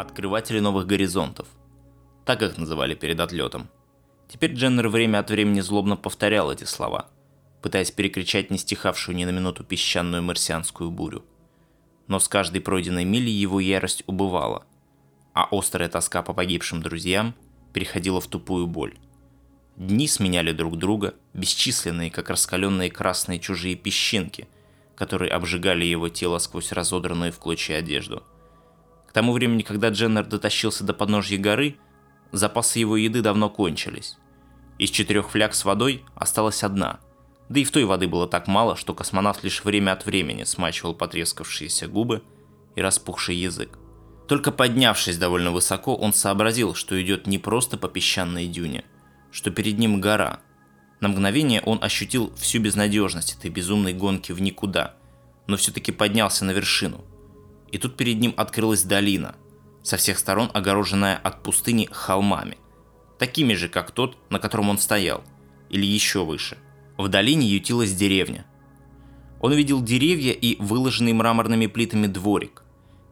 открыватели новых горизонтов. Так их называли перед отлетом. Теперь Дженнер время от времени злобно повторял эти слова, пытаясь перекричать не стихавшую ни на минуту песчаную марсианскую бурю. Но с каждой пройденной милей его ярость убывала, а острая тоска по погибшим друзьям переходила в тупую боль. Дни сменяли друг друга, бесчисленные, как раскаленные красные чужие песчинки, которые обжигали его тело сквозь разодранную в клочья одежду. К тому времени, когда Дженнер дотащился до подножья горы, запасы его еды давно кончились. Из 4 фляг с водой осталась одна, да и в той воды было так мало, что космонавт лишь время от времени смачивал потрескавшиеся губы и распухший язык. Только поднявшись довольно высоко, он сообразил, что идет не просто по песчаной дюне, что перед ним гора. На мгновение он ощутил всю безнадежность этой безумной гонки в никуда, но все-таки поднялся на вершину. И тут перед ним открылась долина, со всех сторон огороженная от пустыни холмами, такими же, как тот, на котором он стоял, или еще выше. В долине ютилась деревня. Он видел деревья и выложенный мраморными плитами дворик,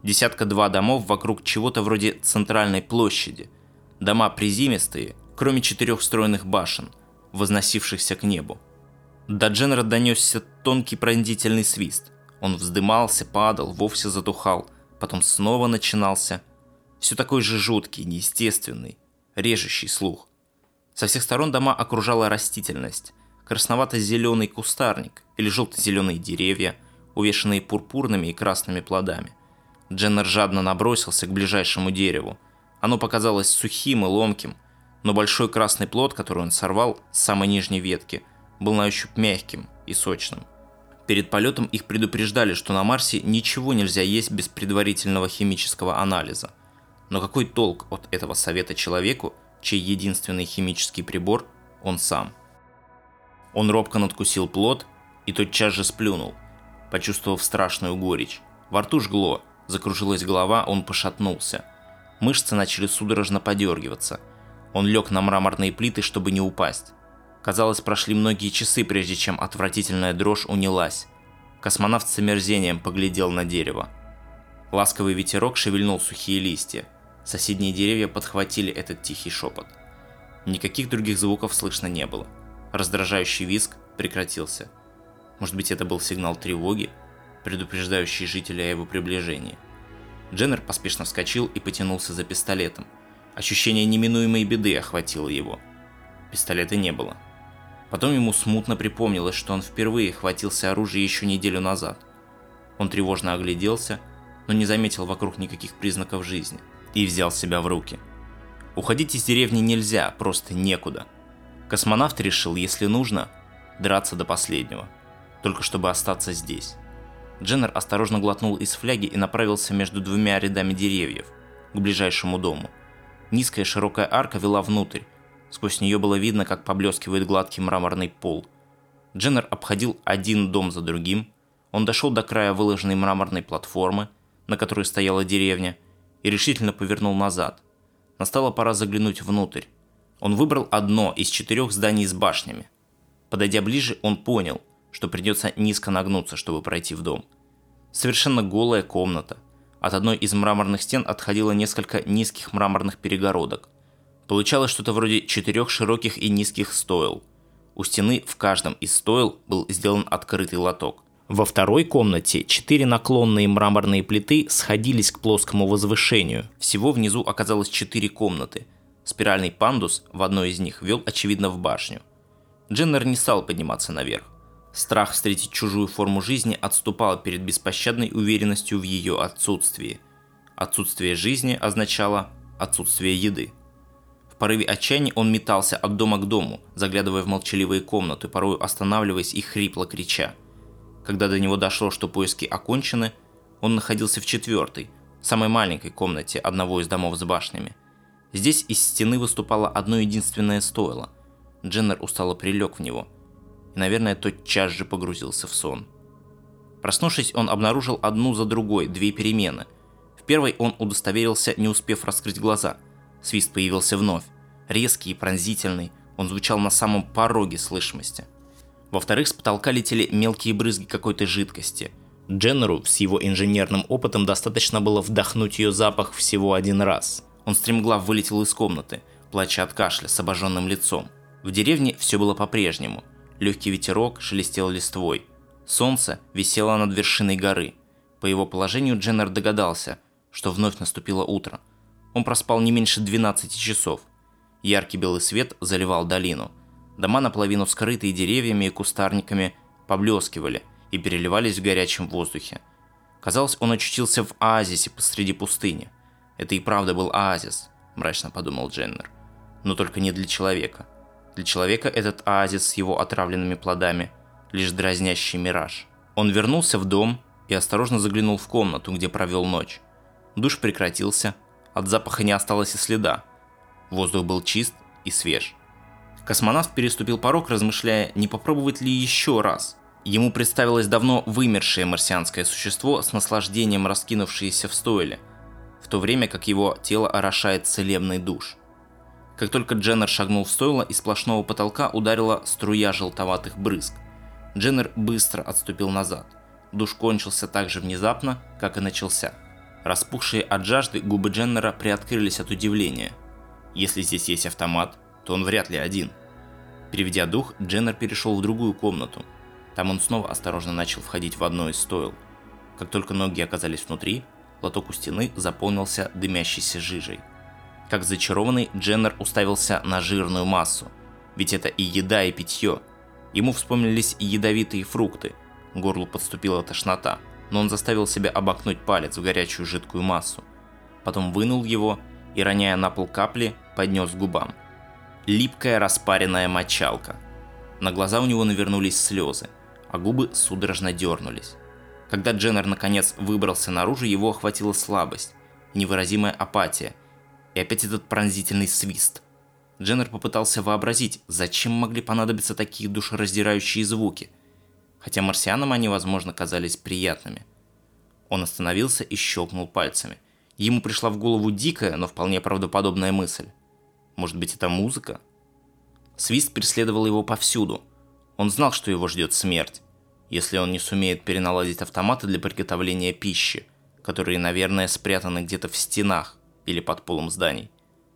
1-2 домов вокруг чего-то вроде центральной площади, дома приземистые, кроме 4 стройных башен, возносившихся к небу. До Дженнера донесся тонкий пронзительный свист. Он вздымался, падал, вовсе затухал, потом снова начинался. Все такой же жуткий, неестественный, режущий слух. Со всех сторон дома окружала растительность, красновато-зеленый кустарник или желто-зеленые деревья, увешанные пурпурными и красными плодами. Дженнер жадно набросился к ближайшему дереву. Оно показалось сухим и ломким, но большой красный плод, который он сорвал с самой нижней ветки, был на ощупь мягким и сочным. Перед полетом их предупреждали, что на Марсе ничего нельзя есть без предварительного химического анализа. Но какой толк от этого совета человеку, чей единственный химический прибор – он сам? Он робко надкусил плод и тотчас же сплюнул, почувствовав страшную горечь. Во рту жгло, закружилась голова, он пошатнулся. Мышцы начали судорожно подергиваться. Он лег на мраморные плиты, чтобы не упасть. Казалось, прошли многие часы, прежде чем отвратительная дрожь унялась. Космонавт с омерзением поглядел на дерево. Ласковый ветерок шевельнул сухие листья. Соседние деревья подхватили этот тихий шепот. Никаких других звуков слышно не было. Раздражающий визг прекратился. Может быть, это был сигнал тревоги, предупреждающий жителей о его приближении. Дженнер поспешно вскочил и потянулся за пистолетом. Ощущение неминуемой беды охватило его. Пистолета не было. Потом ему смутно припомнилось, что он впервые хватился оружия еще неделю назад. Он тревожно огляделся, но не заметил вокруг никаких признаков жизни, и взял себя в руки. Уходить из деревни нельзя, просто некуда. Космонавт решил, если нужно, драться до последнего, только чтобы остаться здесь. Дженнер осторожно глотнул из фляги и направился между 2 рядами деревьев, к ближайшему дому. Низкая широкая арка вела внутрь. Сквозь нее было видно, как поблескивает гладкий мраморный пол. Дженнер обходил один дом за другим. Он дошел до края выложенной мраморной платформы, на которой стояла деревня, и решительно повернул назад. Настала пора заглянуть внутрь. Он выбрал одно из 4 зданий с башнями. Подойдя ближе, он понял, что придется низко нагнуться, чтобы пройти в дом. Совершенно голая комната. От одной из мраморных стен отходило несколько низких мраморных перегородок. Получалось что-то вроде 4 широких и низких стойл. У стены в каждом из стойл был сделан открытый лоток. Во второй комнате 4 наклонные мраморные плиты сходились к плоскому возвышению. Всего внизу оказалось 4 комнаты. Спиральный пандус в одной из них вел, очевидно, в башню. Дженнер не стал подниматься наверх. Страх встретить чужую форму жизни отступал перед беспощадной уверенностью в ее отсутствии. Отсутствие жизни означало отсутствие еды. В порыве отчаяния он метался от дома к дому, заглядывая в молчаливые комнаты, порой останавливаясь и хрипло крича. Когда до него дошло, что поиски окончены, он находился в 4-й, самой маленькой комнате одного из домов с башнями. Здесь из стены выступало одно единственное стойло. Дженнер устало прилег в него и, наверное, тотчас же погрузился в сон. Проснувшись, он обнаружил одну за другой 2 перемены. В первой он удостоверился, не успев раскрыть глаза. Свист появился вновь, резкий и пронзительный, он звучал на самом пороге слышимости. Во-вторых, с потолка летели мелкие брызги какой-то жидкости. Дженнеру с его инженерным опытом достаточно было вдохнуть ее запах всего один раз. Он стремглав вылетел из комнаты, плача от кашля с обожженным лицом. В деревне все было по-прежнему. Легкий ветерок шелестел листвой. Солнце висело над вершиной горы. По его положению Дженнер догадался, что вновь наступило утро. Он проспал не меньше 12 часов. Яркий белый свет заливал долину. Дома, наполовину скрытые деревьями и кустарниками, поблескивали и переливались в горячем воздухе. Казалось, он очутился в оазисе посреди пустыни. Это и правда был оазис, мрачно подумал Дженнер. Но только не для человека. Для человека этот оазис с его отравленными плодами – лишь дразнящий мираж. Он вернулся в дом и осторожно заглянул в комнату, где провел ночь. Душ прекратился, от запаха не осталось и следа. Воздух был чист и свеж. Космонавт переступил порог, размышляя, не попробовать ли еще раз. Ему представилось давно вымершее марсианское существо с наслаждением раскинувшееся в стойле, в то время как его тело орошает целебный душ. Как только Дженнер шагнул в стойло, из сплошного потолка ударила струя желтоватых брызг. Дженнер быстро отступил назад. Душ кончился так же внезапно, как и начался. Распухшие от жажды губы Дженнера приоткрылись от удивления. Если здесь есть автомат, то он вряд ли один. Переведя дух, Дженнер перешел в другую комнату. Там он снова осторожно начал входить в одно из стойл. Как только ноги оказались внутри, лоток у стены заполнился дымящейся жижей. Как зачарованный, Дженнер уставился на жирную массу. Ведь это и еда, и питье. Ему вспомнились и ядовитые фрукты. К горлу подступила тошнота, но он заставил себя обмакнуть палец в горячую жидкую массу. Потом вынул его и, роняя на пол капли, поднес к губам. Липкая распаренная мочалка. На глаза у него навернулись слезы, а губы судорожно дернулись. Когда Дженнер наконец выбрался наружу, его охватила слабость, невыразимая апатия и опять этот пронзительный свист. Дженнер попытался вообразить, зачем могли понадобиться такие душераздирающие звуки, хотя марсианам они, возможно, казались приятными. Он остановился и щелкнул пальцами. Ему пришла в голову дикая, но вполне правдоподобная мысль. Может быть, это музыка? Свист преследовал его повсюду. Он знал, что его ждет смерть, если он не сумеет переналадить автоматы для приготовления пищи, которые, наверное, спрятаны где-то в стенах или под полом зданий.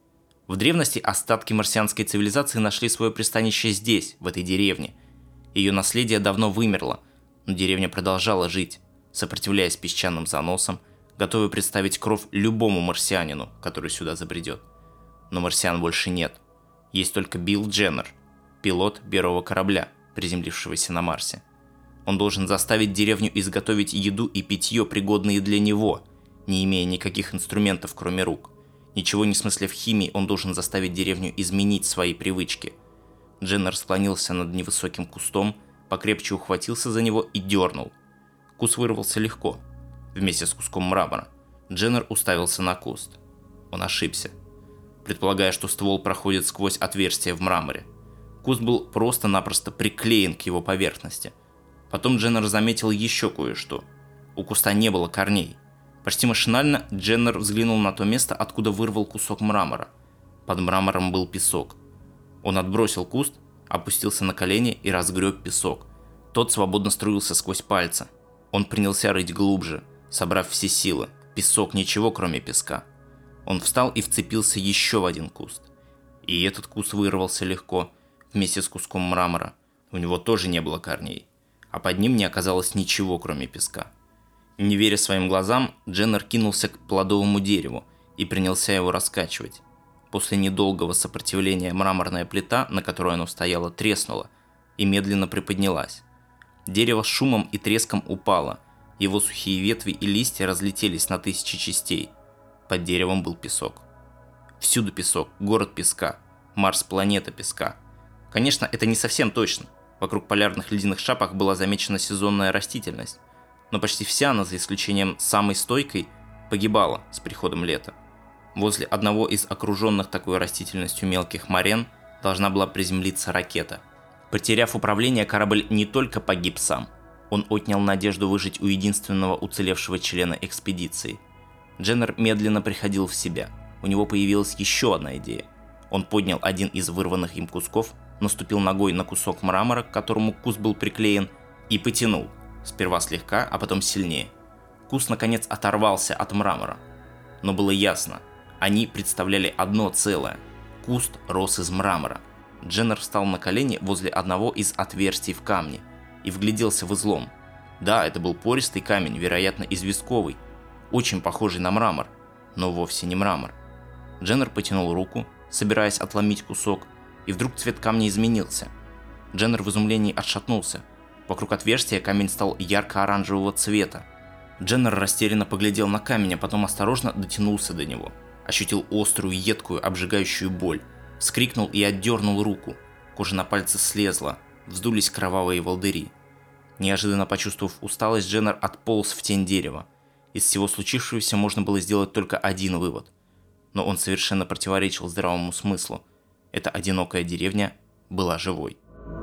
В древности остатки марсианской цивилизации нашли свое пристанище здесь, в этой деревне. Ее наследие давно вымерло, но деревня продолжала жить, сопротивляясь песчаным заносам, готовы представить кровь любому марсианину, который сюда забредет. Но марсиан больше нет. Есть только Билл Дженнер, пилот первого корабля, приземлившегося на Марсе. Он должен заставить деревню изготовить еду и питье, пригодные для него, не имея никаких инструментов, кроме рук. Ничего не смысля в химии, он должен заставить деревню изменить свои привычки. Дженнер склонился над невысоким кустом, покрепче ухватился за него и дернул. Куст вырвался легко, вместе с куском мрамора. Дженнер уставился на куст. Он ошибся, предполагая, что ствол проходит сквозь отверстие в мраморе. Куст был просто-напросто приклеен к его поверхности. Потом Дженнер заметил еще кое-что. У куста не было корней. Почти машинально Дженнер взглянул на то место, откуда вырвал кусок мрамора. Под мрамором был песок. Он отбросил куст, опустился на колени и разгреб песок. Тот свободно струился сквозь пальцы. Он принялся рыть глубже, собрав все силы. Песок, ничего кроме песка. Он встал и вцепился еще в один куст. И этот куст вырвался легко, вместе с куском мрамора. У него тоже не было корней. А под ним не оказалось ничего, кроме песка. Не веря своим глазам, Дженнер кинулся к плодовому дереву и принялся его раскачивать. После недолгого сопротивления мраморная плита, на которой оно стояло, треснула и медленно приподнялась. Дерево с шумом и треском упало, его сухие ветви и листья разлетелись на тысячи частей. Под деревом был песок. Всюду песок, город песка, Марс – планета песка. Конечно, это не совсем точно. Вокруг полярных ледяных шапок была замечена сезонная растительность, но почти вся она, за исключением самой стойкой, погибала с приходом лета. Возле одного из окруженных такой растительностью мелких морен должна была приземлиться ракета. Потеряв управление, корабль не только погиб сам, он отнял надежду выжить у единственного уцелевшего члена экспедиции. Дженнер медленно приходил в себя. У него появилась еще одна идея. Он поднял один из вырванных им кусков, наступил ногой на кусок мрамора, к которому куст был приклеен, и потянул. Сперва слегка, а потом сильнее. Куст наконец оторвался от мрамора. Но было ясно, они представляли одно целое. Куст рос из мрамора. Дженнер встал на колени возле одного из отверстий в камне и вгляделся в излом. Да, это был пористый камень, вероятно, известковый, очень похожий на мрамор, но вовсе не мрамор. Дженнер потянул руку, собираясь отломить кусок, и вдруг цвет камня изменился. Дженнер в изумлении отшатнулся. Вокруг отверстия камень стал ярко-оранжевого цвета. Дженнер растерянно поглядел на камень, а потом осторожно дотянулся до него. Ощутил острую, едкую, обжигающую боль. Вскрикнул и отдернул руку. Кожа на пальце слезла, вздулись кровавые волдыри. Неожиданно почувствовав усталость, Дженнер отполз в тень дерева. Из всего случившегося можно было сделать только один вывод. Но он совершенно противоречил здравому смыслу. Эта одинокая деревня была живой.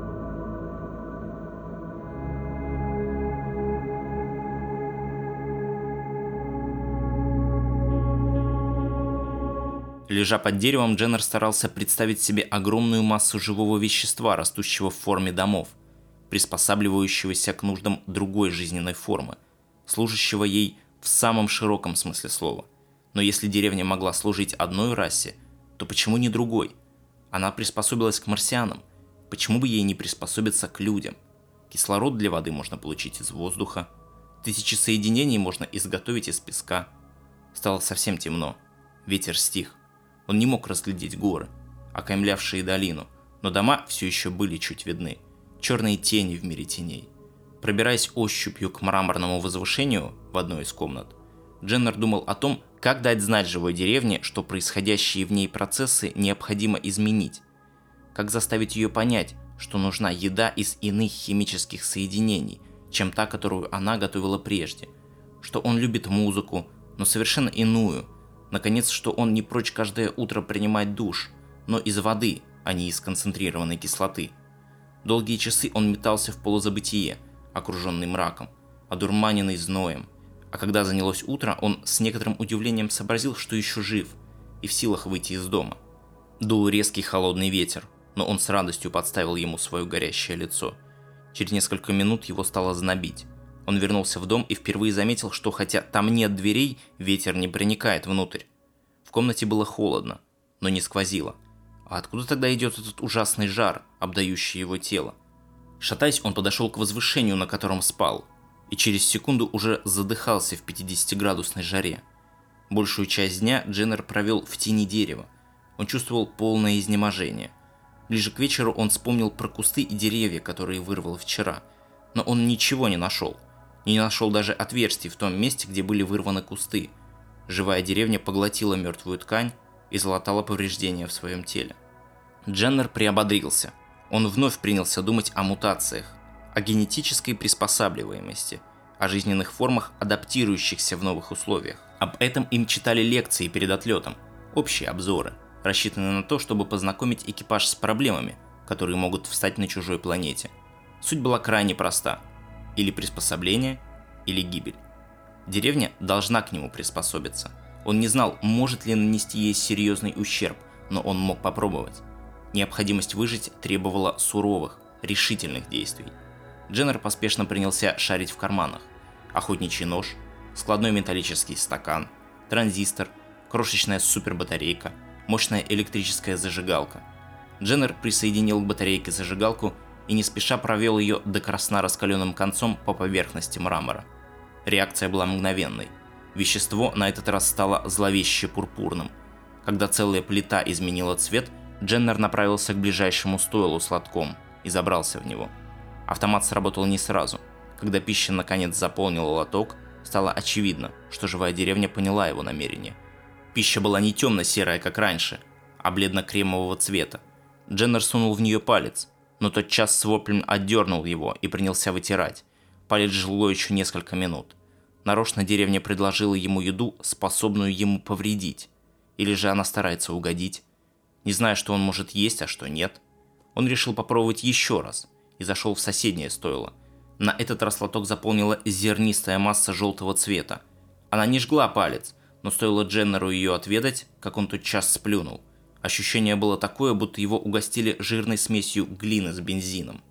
Лежа под деревом, Дженнер старался представить себе огромную массу живого вещества, растущего в форме домов, приспосабливающегося к нуждам другой жизненной формы, служащего ей в самом широком смысле слова. Но если деревня могла служить одной расе, то почему не другой? Она приспособилась к марсианам. Почему бы ей не приспособиться к людям? Кислород для воды можно получить из воздуха. Тысячи соединений можно изготовить из песка. Стало совсем темно. Ветер стих. Он не мог разглядеть горы, окаймлявшие долину, но дома все еще были чуть видны. Черные тени в мире теней. Пробираясь ощупью к мраморному возвышению в одной из комнат, Дженнер думал о том, как дать знать живой деревне, что происходящие в ней процессы необходимо изменить. Как заставить ее понять, что нужна еда из иных химических соединений, чем та, которую она готовила прежде. Что он любит музыку, но совершенно иную. Наконец, что он не прочь каждое утро принимать душ, но из воды, а не из концентрированной кислоты. Долгие часы он метался в полузабытие, окруженный мраком, одурманенный зноем. А когда занялось утро, он с некоторым удивлением сообразил, что еще жив и в силах выйти из дома. Дул резкий холодный ветер, но он с радостью подставил ему свое горящее лицо. Через несколько минут его стало знобить. Он вернулся в дом и впервые заметил, что хотя там нет дверей, ветер не проникает внутрь. В комнате было холодно, но не сквозило. А откуда тогда идет этот ужасный жар, обдающий его тело? Шатаясь, он подошел к возвышению, на котором спал, и через секунду уже задыхался в 50-градусной жаре. Большую часть дня Дженнер провел в тени дерева. Он чувствовал полное изнеможение. Ближе к вечеру он вспомнил про кусты и деревья, которые вырвал вчера, но он ничего не нашел. Не нашел даже отверстий в том месте, где были вырваны кусты. Живая деревня поглотила мертвую ткань и залатала повреждения в своем теле. Дженнер приободрился. Он вновь принялся думать о мутациях, о генетической приспосабливаемости, о жизненных формах, адаптирующихся в новых условиях. Об этом им читали лекции перед отлетом, общие обзоры, рассчитанные на то, чтобы познакомить экипаж с проблемами, которые могут встать на чужой планете. Суть была крайне проста. Или приспособление, или гибель. Деревня должна к нему приспособиться. Он не знал, может ли нанести ей серьезный ущерб, но он мог попробовать. Необходимость выжить требовала суровых, решительных действий. Дженнер поспешно принялся шарить в карманах. Охотничий нож, складной металлический стакан, транзистор, крошечная супербатарейка, мощная электрическая зажигалка. Дженнер присоединил к батарейке зажигалку и не спеша провел ее до красна раскаленным концом по поверхности мрамора. Реакция была мгновенной. Вещество на этот раз стало зловеще пурпурным. Когда целая плита изменила цвет, Дженнер направился к ближайшему стойлу с лотком и забрался в него. Автомат сработал не сразу. Когда пища наконец заполнила лоток, стало очевидно, что живая деревня поняла его намерение. Пища была не темно-серая, как раньше, а бледно-кремового цвета. Дженнер сунул в нее палец, но тотчас с воплем отдернул его и принялся вытирать. Палец жгло еще несколько минут. Нарочно деревня предложила ему еду, способную ему повредить. Или же она старается угодить. Не зная, что он может есть, а что нет, он решил попробовать еще раз и зашел в соседнее стойло. На этот раз лоток заполнила зернистая масса желтого цвета. Она не жгла палец, но стоило Дженнеру ее отведать, как он тотчас сплюнул. Ощущение было такое, будто его угостили жирной смесью глины с бензином.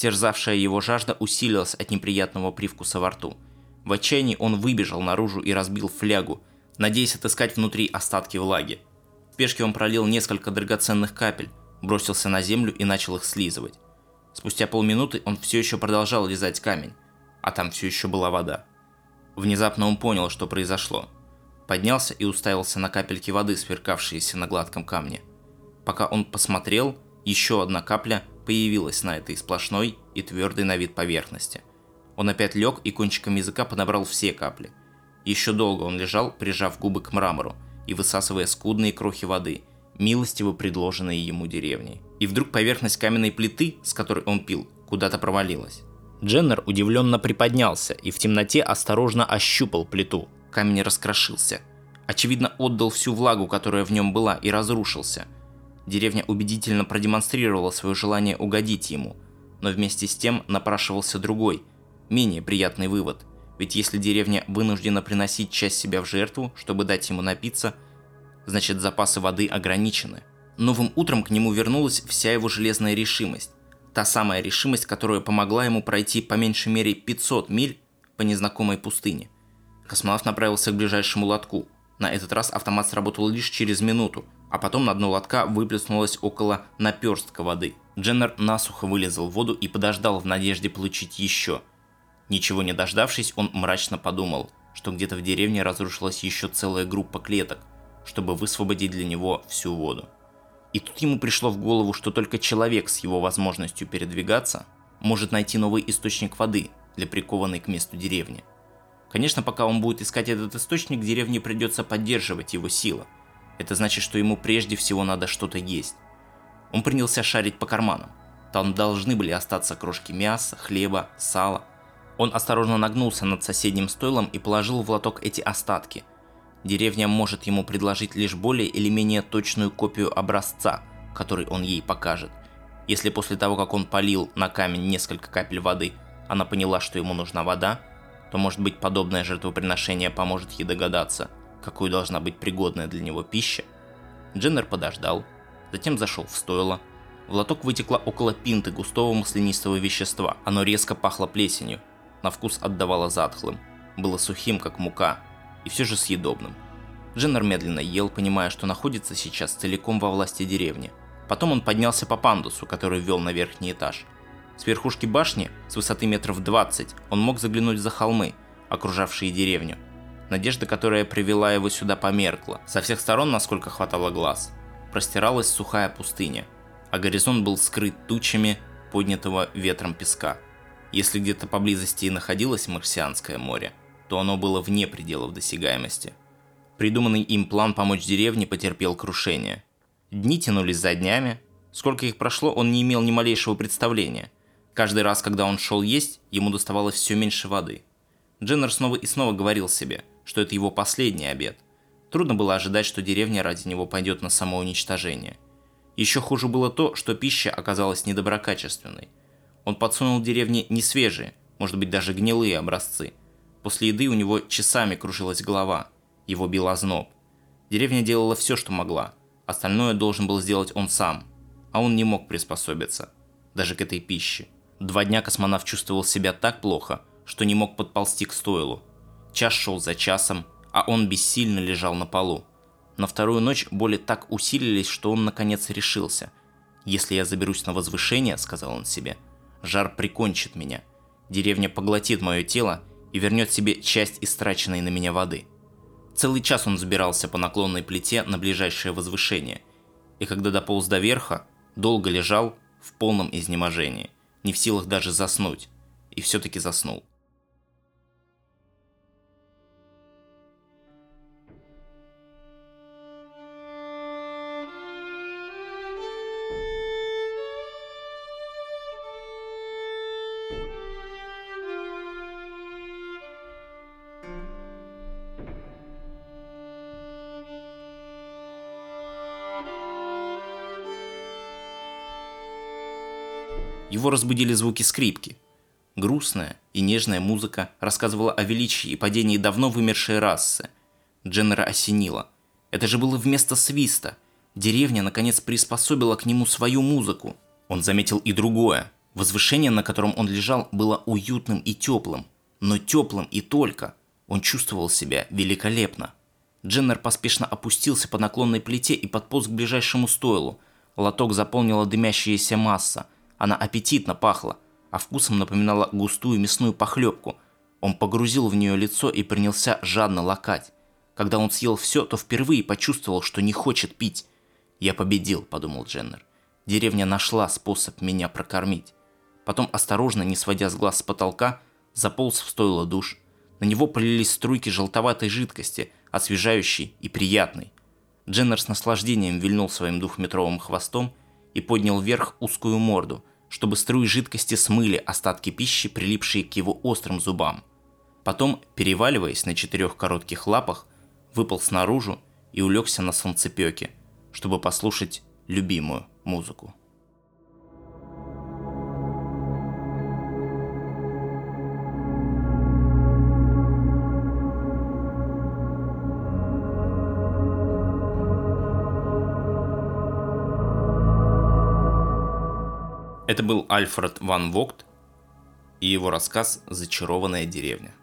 Терзавшая его жажда усилилась от неприятного привкуса во рту. В отчаянии он выбежал наружу и разбил флягу, надеясь отыскать внутри остатки влаги. В спешке он пролил несколько драгоценных капель, бросился на землю и начал их слизывать. Спустя полминуты он все еще продолжал лизать камень, а там все еще была вода. Внезапно он понял, что произошло. Поднялся и уставился на капельки воды, сверкавшиеся на гладком камне. Пока он посмотрел, еще одна капля появилась на этой сплошной и твердой на вид поверхности. Он опять лег и кончиком языка подобрал все капли. Еще долго он лежал, прижав губы к мрамору и высасывая скудные крохи воды, милостиво предложенные ему деревней. И вдруг поверхность каменной плиты, с которой он пил, куда-то провалилась. Дженнер удивленно приподнялся и в темноте осторожно ощупал плиту. Камень раскрошился. Очевидно, отдал всю влагу, которая в нем была, и разрушился. Деревня убедительно продемонстрировала свое желание угодить ему, но вместе с тем напрашивался другой, менее приятный вывод. Ведь если деревня вынуждена приносить часть себя в жертву, чтобы дать ему напиться, значит запасы воды ограничены. Новым утром к нему вернулась вся его железная решимость. Та самая решимость, которая помогла ему пройти по меньшей мере 500 миль по незнакомой пустыне. Космонавт направился к ближайшему лотку. На этот раз автомат сработал лишь через минуту, а потом на дно лотка выплеснулось около наперстка воды. Дженнер насухо вылезал в воду и подождал в надежде получить еще. Ничего не дождавшись, он мрачно подумал, что где-то в деревне разрушилась еще целая группа клеток, чтобы высвободить для него всю воду. И тут ему пришло в голову, что только человек с его возможностью передвигаться может найти новый источник воды для прикованной к месту деревни. Конечно, пока он будет искать этот источник, деревне придется поддерживать его силы. Это значит, что ему прежде всего надо что-то есть. Он принялся шарить по карманам. Там должны были остаться крошки мяса, хлеба, сала. Он осторожно нагнулся над соседним стойлом и положил в лоток эти остатки. Деревня может ему предложить лишь более или менее точную копию образца, который он ей покажет. Если после того, как он полил на камень несколько капель воды, она поняла, что ему нужна вода, то, может быть, подобное жертвоприношение поможет ей догадаться, какой должна быть пригодная для него пища. Дженнер подождал, затем зашел в стойло. В лоток вытекло около пинты густого маслянистого вещества. Оно резко пахло плесенью, на вкус отдавало затхлым, было сухим, как мука, и все же съедобным. Дженнер медленно ел, понимая, что находится сейчас целиком во власти деревни. Потом он поднялся по пандусу, который вел на верхний этаж. С верхушки башни, с высоты метров 20, он мог заглянуть за холмы, окружавшие деревню. Надежда, которая привела его сюда, померкла. Со всех сторон, насколько хватало глаз, простиралась сухая пустыня, а горизонт был скрыт тучами поднятого ветром песка. Если где-то поблизости и находилось Марсианское море, то оно было вне пределов досягаемости. Придуманный им план помочь деревне потерпел крушение. Дни тянулись за днями. Сколько их прошло, он не имел ни малейшего представления. Каждый раз, когда он шел есть, ему доставалось все меньше воды. Дженнер снова и снова говорил себе, что это его последний обед. Трудно было ожидать, что деревня ради него пойдет на самоуничтожение. Еще хуже было то, что пища оказалась недоброкачественной. Он подсунул деревне несвежие, может быть даже гнилые образцы. После еды у него часами кружилась голова, его бил озноб. Деревня делала все, что могла, остальное должен был сделать он сам, а он не мог приспособиться, даже к этой пище. 2 дня космонавт чувствовал себя так плохо, что не мог подползти к стойлу. Час шел за часом, а он бессильно лежал на полу. На вторую ночь боли так усилились, что он наконец решился. «Если я заберусь на возвышение, — сказал он себе, — жар прикончит меня. Деревня поглотит мое тело и вернет себе часть истраченной на меня воды». Целый час он взбирался по наклонной плите на ближайшее возвышение, и когда дополз до верха, долго лежал в полном изнеможении, не в силах даже заснуть, и все-таки заснул. Его разбудили звуки скрипки. Грустная и нежная музыка рассказывала о величии и падении давно вымершей расы. Дженнера осенило. Это же было вместо свиста. Деревня, наконец, приспособила к нему свою музыку. Он заметил и другое. Возвышение, на котором он лежал, было уютным и теплым, но теплым и только. Он чувствовал себя великолепно. Дженнер поспешно опустился по наклонной плите и подполз к ближайшему стойлу. Лоток заполнила дымящаяся масса. Она аппетитно пахла, а вкусом напоминала густую мясную похлебку. Он погрузил в нее лицо и принялся жадно лакать. Когда он съел все, то впервые почувствовал, что не хочет пить. «Я победил», – подумал Дженнер. «Деревня нашла способ меня прокормить». Потом, осторожно, не сводя с глаз с потолка, заполз в стойло душ. На него полились струйки желтоватой жидкости, освежающей и приятной. Дженнер с наслаждением вильнул своим двухметровым хвостом и поднял вверх узкую морду, чтобы струи жидкости смыли остатки пищи, прилипшие к его острым зубам. Потом, переваливаясь на 4 коротких лапах, выполз наружу и улегся на солнцепёке, чтобы послушать любимую музыку. Это был Альфред ван Вогт и его рассказ «Зачарованная деревня».